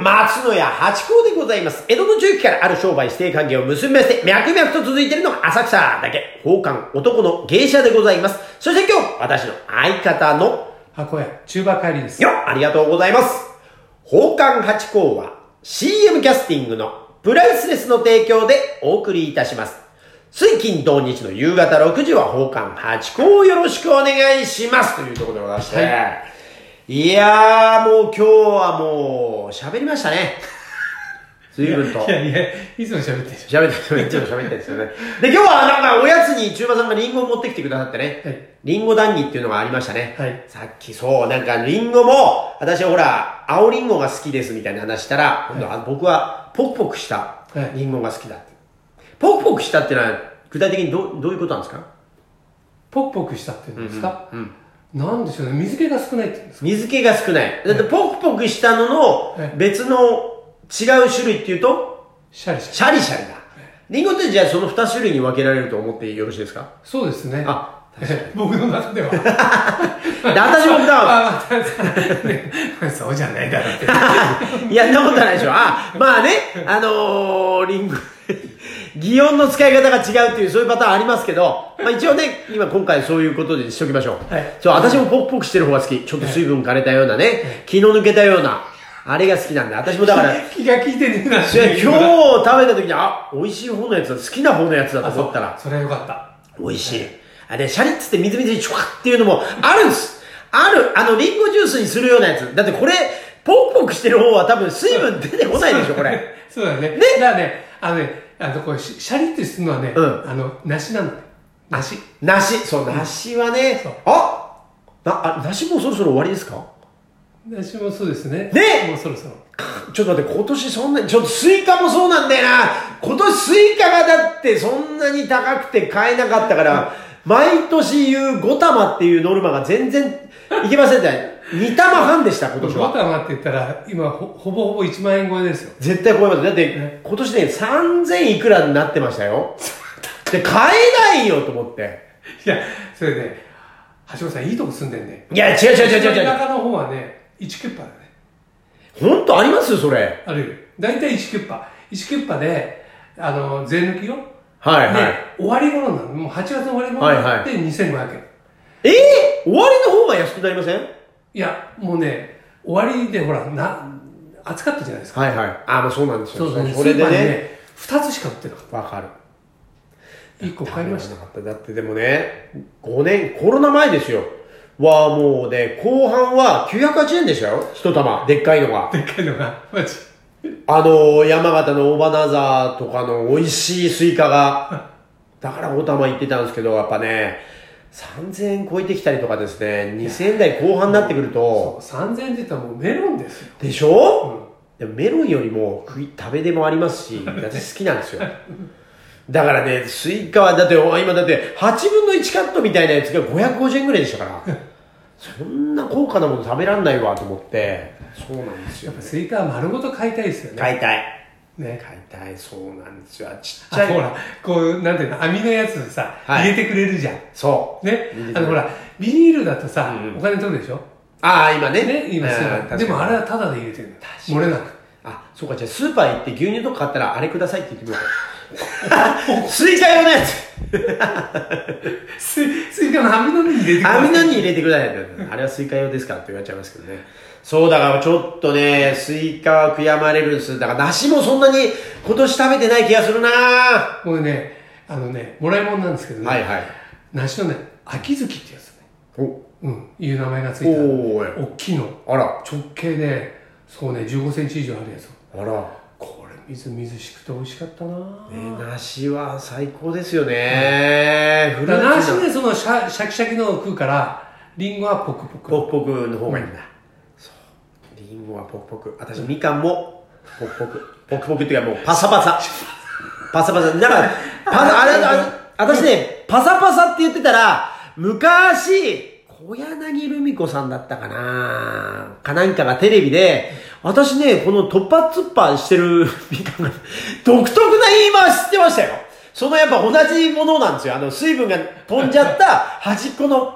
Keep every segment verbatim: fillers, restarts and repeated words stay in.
松野屋八甲でございます。江戸の中期からある商売指定関係を結びまして、脈々と続いているのが浅草だけ、宝冠男の芸者でございます。そして今日、私の相方の箱屋中馬帰りです。 よっ、ありがとうございます。宝冠八甲は シーエム キャスティングのプライスレスの提供でお送りいたします。水金土日の夕方ろくじは宝冠八甲をよろしくお願いしますというところでございまして、はい、いやーもう今日はもう喋りましたね。随分と。 いやいや、いつも喋ってるでしょ。 喋ってる、いつも喋ってるんですよね。で、今日はなんかおやつに中馬さんがリンゴを持ってきてくださってね。はい、リンゴ談義っていうのがありましたね。はい、さっきそう、なんかリンゴも、私はほら、青リンゴが好きですみたいな話したら、今度は僕はポクポクしたリンゴが好きだって。ポクポクしたっていうのは、具体的にどどういうことなんですか？ ポクポクしたっていうんですか？うん、うん、なんでしょうね。水気が少ないって言うんですか？ 水気が少ない。だってポクポクしたのの別の違う種類っていうと、 シャリシャリ。 シャリシャリだ。リンゴってじゃあその二種類に分けられると思ってよろしいですか？ そうですね。 あ、 僕の中では。で、 私もだわ。 あ、ね、そうじゃないだろうって。 いや、そんなことないでしょ。あ、まあね、あのー、リンゴ、擬音の使い方が違うっていう、そういうパターンありますけど、まあ一応ね、今今回そういうことでしときましょう。はい。そう、私もポクポクしてる方が好き。ちょっと水分枯れたようなね、はい、気の抜けたような、あれが好きなんだ。私もだから、 気が利いてねえな。今日食べた時に、あ、美味しい方のやつだ、好きな方のやつだと思ったら。 そ, それはよかった。 美味しい。あれ、シャリッツってみずみずにチュワッっていうのもあるんです。ある。あの、リンゴジュースにするようなやつ。だってこれ、ポクポクしてる方は多分水分出てこないでしょ、これ。 そうだね。ね。だからね、あのね、あの、これ、シャリってするのはね、うん、あの、梨なんだよ。梨。 梨。そう、梨はね、うん、あな、あ、梨もそろそろ終わりですか？ 梨もそうですね。 ね、 もうそろそろ。 ちょっと待って、今年そんなに、ちょっとスイカもそうなんだよな。今年スイカがだってそんなに高くて買えなかったから、毎年言うご玉っていうノルマが全然いけませんね。に玉半でした、今年は。 ご玉って言ったら、今ほ、ほぼほぼいちまん円超えですよ。 絶対超えます。だって、今年ね、さんぜんいくらになってましたよ。で、買えないよと思って。 いや、それね、橋本さんいいとこ住んでんね。 いや、違う違う違う違う違う。 田舎の方はね、いちキュッパだね。 ほんとありますそれ。 ある。だいたいいちキュッパ。いちキュッパで、あの、税抜きよ。 はいはい。 で、終わり頃なの。もうはちがつの終わり頃になってにせんごひゃくえん。 ええー、終わりの方が安くなりません？ いや、もうね、終わりでほら、な、暑かったじゃないですか。 はいはい。ああ、まあそうなんですよ。 そうそう。 それでね、 ふたつしか売ってなかった。 わかる。 いっこ買いました。 だってでもね、ごねん、コロナ前ですよ。はもうね、後半はきゅうひゃくはちえんでしたよ。一玉。でっかいのが。 でっかいのが。マジ。 あの、山形の尾花沢とかの美味しいスイカが。だからお玉行ってたんですけど、やっぱね、さんぜんえん超えてきたりとかですね、にせんえん台後半になってくると。 そう、さんぜんえんって言ったらもうメロンですよ。 でしょ、うん、でもメロンよりも食い、食べでもありますし、私好きなんですよ。だからね、スイカはだって、今だってはちぶんのいちカットみたいなやつがごひゃくごじゅうえんぐらいでしたから。そんな高価なもの食べらんないわと思って。そうなんですよ、ね。 やっぱスイカは丸ごと買いたいですよね。 買いたい。 ね。 買いたい。そうなんですよ。ちっちゃい。 ほら、こう、なんていうの、網のやつさ、はい、入れてくれるじゃん。 そう。 ね。あのほら、ビニールだとさ、うん、お金取るでしょ？ ああ、今ね。 ね、今すぐ。でもあれはタダで入れてるんだ。漏れなく。 あ、そうか、じゃあスーパー行って牛乳とか買ったらあれくださいって言ってみようか。スイカ用のやつ。 スイ、スイカの網のに入れてください。 網のに入れてくださいって。あれはスイカ用ですからって言われちゃいますけどね。そうだからちょっとね、スイカは悔やまれるんです。だから梨もそんなに今年食べてない気がするなぁ。 これね、あのね、もらい物なんですけどね。 はいはい。 梨のね、秋月ってやつね。 おうん、いう名前がついてる。 おー。大きいの。 あら。 直径で、そうね、じゅうごセンチ以上あるやつ。 あら。 これみずみずしくて美味しかったなぁ。 ね、梨は最高ですよね。 うん、梨でそのシャシャキシャキのを食うから、リンゴはポクポク。 ポクポクの方がいいんだ。うん、そう。リンゴはポクポク。私、みかんもポクポク。ポクポクっていうかもうパサパサ。パサパサ。だから、パサ、あれ、あれ、私ね、パサパサって言ってたら、昔、小柳ルミ子さんだったかなかなんかがテレビで、私ね、この突破突破してるみかんが、独特な言い回ししてましたよ。そのやっぱ同じものなんですよ。あの、水分が飛んじゃった端っこの、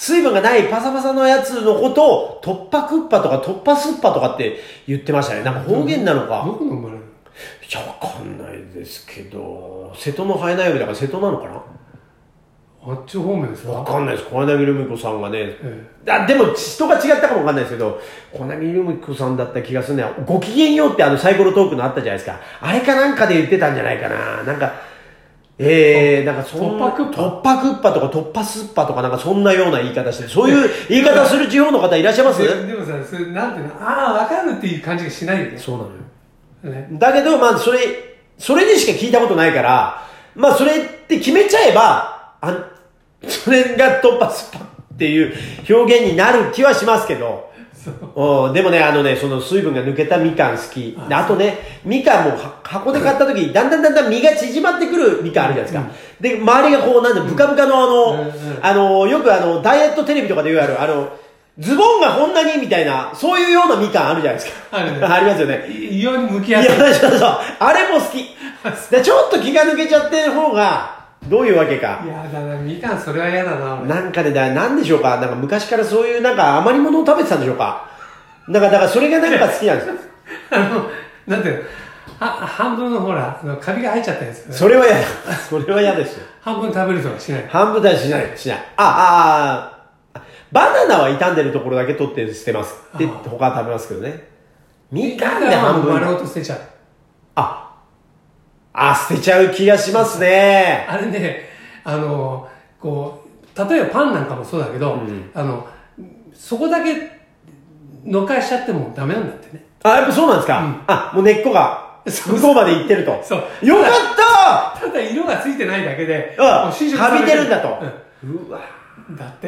水分がないパサパサのやつのことを、突破クッパとか突破スッパとかって言ってましたね。なんか方言なのか。 どこの生まれるの？ いや、わかんないですけど、瀬戸の生えないよりだから瀬戸なのかな。 あっち方面ですか？ わかんないです。小柳ルミ子さんがね、 ええ、あでも人が違ったかもわかんないですけど、小柳ルミ子さんだった気がするね。ごきげんようってあのサイコロトークのあったじゃないですか。あれかなんかで言ってたんじゃないかな。なんか、えー、なんかそんな、 突破クッパ突破クッパとか突破スッパとかなんかそんなような言い方して、そういう言い方する地方の方いらっしゃいます？ ででもさ、それなんていうの、ああ、わかるっていう感じがしないよね。 そうなのよ。 ね、 だけど、まあ、それ、それでしか聞いたことないから、まあ、それって決めちゃえば、あそれが突破スパっていう表現になる気はしますけど、おでもね、あのね、その水分が抜けたみかん好き。あ, あとね、みかんも箱で買った時、だんだんだんだん身が縮まってくるみかんあるじゃないですか。うん、で、周りがこう、なんで、ブカブカのあの、うんうん、あの、よくあの、ダイエットテレビとかで言われる、あの、ズボンがこんなにみたいな、そういうようなみかんあるじゃないですか。あるね。ありますよね。 異様に向き合ってる。 いや、そうそう。あれも好き。でちょっと気が抜けちゃってる方が、どういうわけか。 いやだな、みかんそれは嫌だな。 なんかね、だなんでしょうか。なんか昔からそういうなんか余り物を食べてたんでしょうか。なんか、だからそれがなんか好きなんですよ。 あの、なんていうの、は、半分のほら、あのカビが入っちゃったやつ、ね。 それは嫌だ。それは嫌ですよ。 半分食べるとかしない。 半分食べしない、しない。あ、あ、あ、バナナは傷んでるところだけ取って捨てます。で、他は食べますけどね。みかんで半分。 丸ごと捨てちゃう。 あ、あ、捨てちゃう気がしますね。 あれね、あの、こう、例えばパンなんかもそうだけど、うん、あの、そこだけのかしちゃってもダメなんだってね。 あ、やっぱそうなんですか、うん、あ、もう根っこが、向こうまで行ってると。 そう。 よかったただ色がついてないだけで、 うん、はびてるんだと。 うん、うわだって。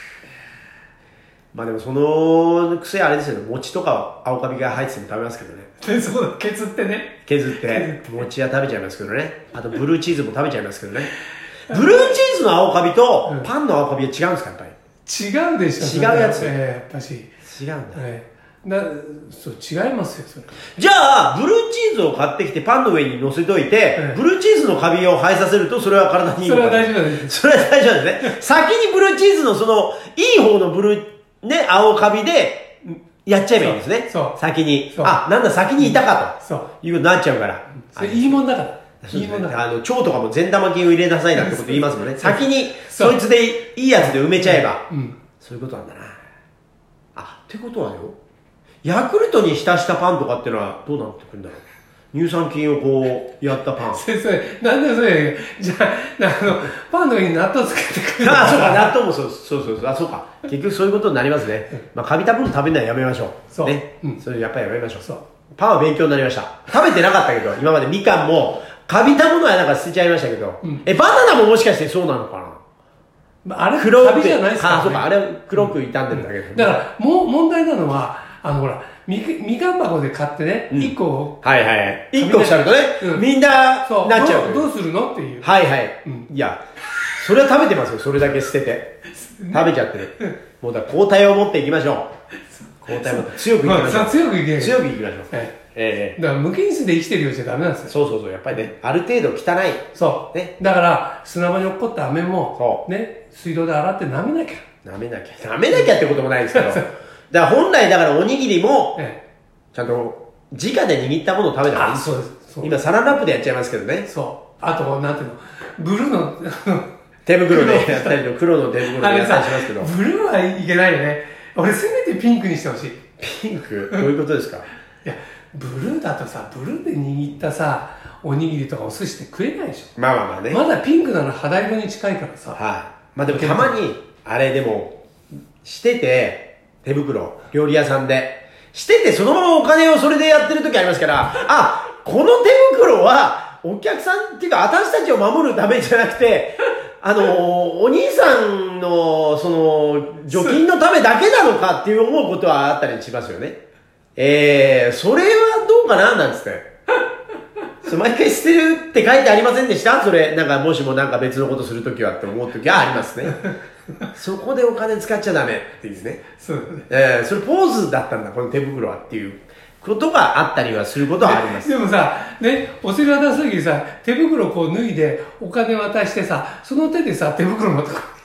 まあでもその癖あれですよね。餅とか青カビが入ってても食べますけどね。 そうだ、削ってね。 削って、餅は食べちゃいますけどね。あとブルーチーズも食べちゃいますけどね。ブルーチーズの青カビとパンの青カビは違うんですか、やっぱり。 違うでしょ。 違うやつ。 えー、やっぱし。 違うんだ。 えー、なそう違いますよ、それ。 じゃあ、ブルーチーズを買ってきてパンの上に乗せといて、えー、ブルーチーズのカビを生えさせると、それは体にいいのか。 それは大丈夫です。 それは大丈夫ですね。先にブルーチーズのその、いい方のブルー、ね、青カビで、やっちゃえばいいんですね。 そう。 先に。あ、なんだ、先にいたかと。 そう。 いうことになっちゃうから。 それいいもんだから。いいもんだから。 あの、腸とかも善玉菌を入れなさいなってこと言いますもんね。先に、そいつでいいやつで埋めちゃえば。うん。そういうことなんだな。あ、ってことはよ、ヤクルトに浸したパンとかっていうのはどうなってくるんだろう。乳酸菌をこう、やったパン。 先生、なんでそれ、じゃあ、あの、パンの上に納豆つけてくる。 ああ、そうか、納豆もそう、そうそうそう、あ、そうか。結局そういうことになりますね。まあ、カビた分食べるのはやめましょう。 そう。 ね。うん。それやっぱりやめましょう。 そう。 パンは勉強になりました。食べてなかったけど、今までみかんも、カビたものはなんか捨てちゃいましたけど、うん、え、バナナももしかしてそうなのかな。 あれ、カビじゃないですか、ね。 あ、そうか、あれ黒く傷んでるだけです、 うん、だから、もう、問題なのは、あの、ほら、み、みかん箱で買ってね、一、うん、個。 はいはい。一個したるとね、うん、みんな、 そうなっちゃうど。どうするのっていう。 はいはい。うん、いや、それは食べてますよ、それだけ捨てて。食べちゃってる。もうだから、抗体を持っていきましょう。抗体を持って、強くいきましょう。 強くいけ強くいきましょう。はい。 ええー。だから、無菌室で生きてるようじゃダメなんですよ。そうそうそう。やっぱりね、ある程度汚い。 そう。ね。だから、砂場に落っこった飴も、そう。ね、水道で洗って舐めなきゃ。 舐めなきゃ。舐めなきゃってこともないですけど。だから本来だからおにぎりも、ええ、ちゃんと直で握ったものを食べた方がいい。 そうです。 今サランラップでやっちゃいますけどね。 そう。あと、なんていうの、ブルーの、 手袋でやったりと黒の手袋でやったりしますけど。 ブルーはいけないよね。俺せめてピンクにしてほしい。 ピンクどういうことですか？ いや、ブルーだとさ、ブルーで握ったさ、おにぎりとかお寿司って食えないでしょ。 まあまあまあね。 まだピンクなら肌色に近いからさ。 はい、まあでもたまに、あれでも、してて、手袋、料理屋さんで。してて、そのままお金をそれでやってる時ありますから、あ、この手袋は、お客さんっていうか、私たちを守るためじゃなくて、あのー、お兄さんの、その、除菌のためだけなのかっていう思うことはあったりしますよね。えー、それはどうかななんつって。毎回捨てるって書いてありませんでしたそれ、なんかもしもなんか別のことするときはって思うときはありますね。そこでお金使っちゃダメっていうね。 そうね。 えー、それポーズだったんだ、この手袋はっていうことがあったりはすることはあります。 で, でもさ、ね、お釣り渡すときにさ、手袋こう脱いでお金渡してさ、その手でさ、手袋のところに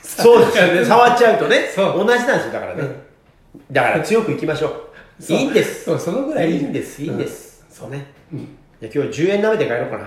そうですよね。触っちゃうとね。 そう同じなんですよ、だからね。うん、だから強くいきましょう。いいんです。 そう、そのぐらいいいんです、いいんです。うん、そうね。うん、じゃあ今日はじゅうえん舐めて帰ろうかな。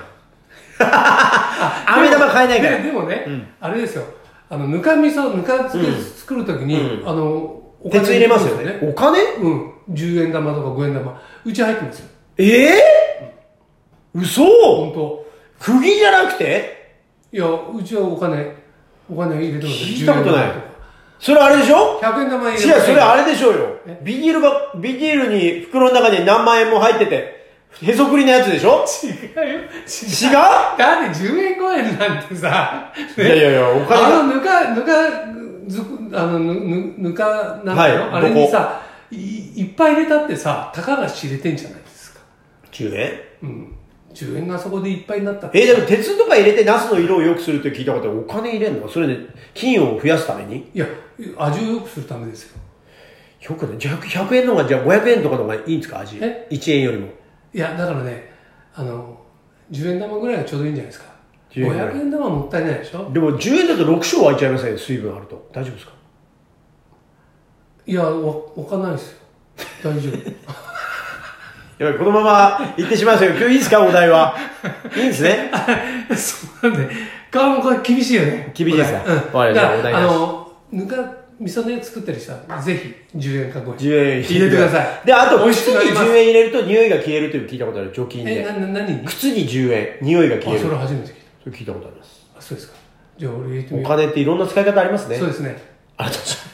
飴玉買えないから。 で, でもね、うん、あれですよ。あの、ぬか味噌、ぬか漬け作るときに、うん、あの、 お金鉄入れますよね。お金？ うん。じゅうえん玉とかごえん玉。うち入ってますよ。 ええー、嘘？ 本当。 釘じゃなくて？ いや、うちはお金、お金入れてますよ。 聞いたことない。それあれでしょ？ ひゃくえん玉入れてます。違う、それあれでしょうよ。ビニールば、ビニールに袋の中に何万円も入ってて、へそくりのやつでしょ？ 違うよ。違う？だってじゅうえんごえんなんてさ、 ね、いやいやいや、お金あの、ぬか、ぬか、ずあの、ぬ、ぬ、ぬか、なんだよ、はい、あれにさい、いっぱい入れたってさ、たかが知れてんじゃないですか。 じゅうえん？ うん。じゅうえんがそこでいっぱいになったって。 え、でも鉄とか入れてナスの色を良くするって聞いたことある。お金入れんの？それで、菌を増やすために？ いや、味を良くするためですよ。 よくね、じゃあひゃくえんのが、じゃあごひゃくえんとかの方がいいんですか、味？え ?いち 円よりも。 いや、だからね、あの、じゅうえん玉ぐらいがちょうどいいんじゃないですか。ごひゃくえん玉はもったいないでしょ。 でもじゅうえんだとろく升湧いちゃいません、水分あると。大丈夫ですか？ いや、わ、わかんないですよ。大丈夫。 やばい、このまま行ってしまいますよ。今日いいですか、お題は。いいんですね。 そうなんで、顔もこれ厳しいよね。 厳しいですか。うん。わかりました。お題あの、ぬか、味噌で作ってる人は、ぜひ、じゅうえんかごえん。 じゅうえん入れてください。 で、あと、靴にじゅうえん入れると匂いが消えるという聞いたことある。除菌で。 え、な、な、何に？ 靴にじゅうえん、匂いが消える。 あ、それ初めて聞いた。 それ聞いたことあります。 あ、そうですか。じゃあ俺入れてみよう。 お金っていろんな使い方ありますね。 そうですね。 ありがとうございます。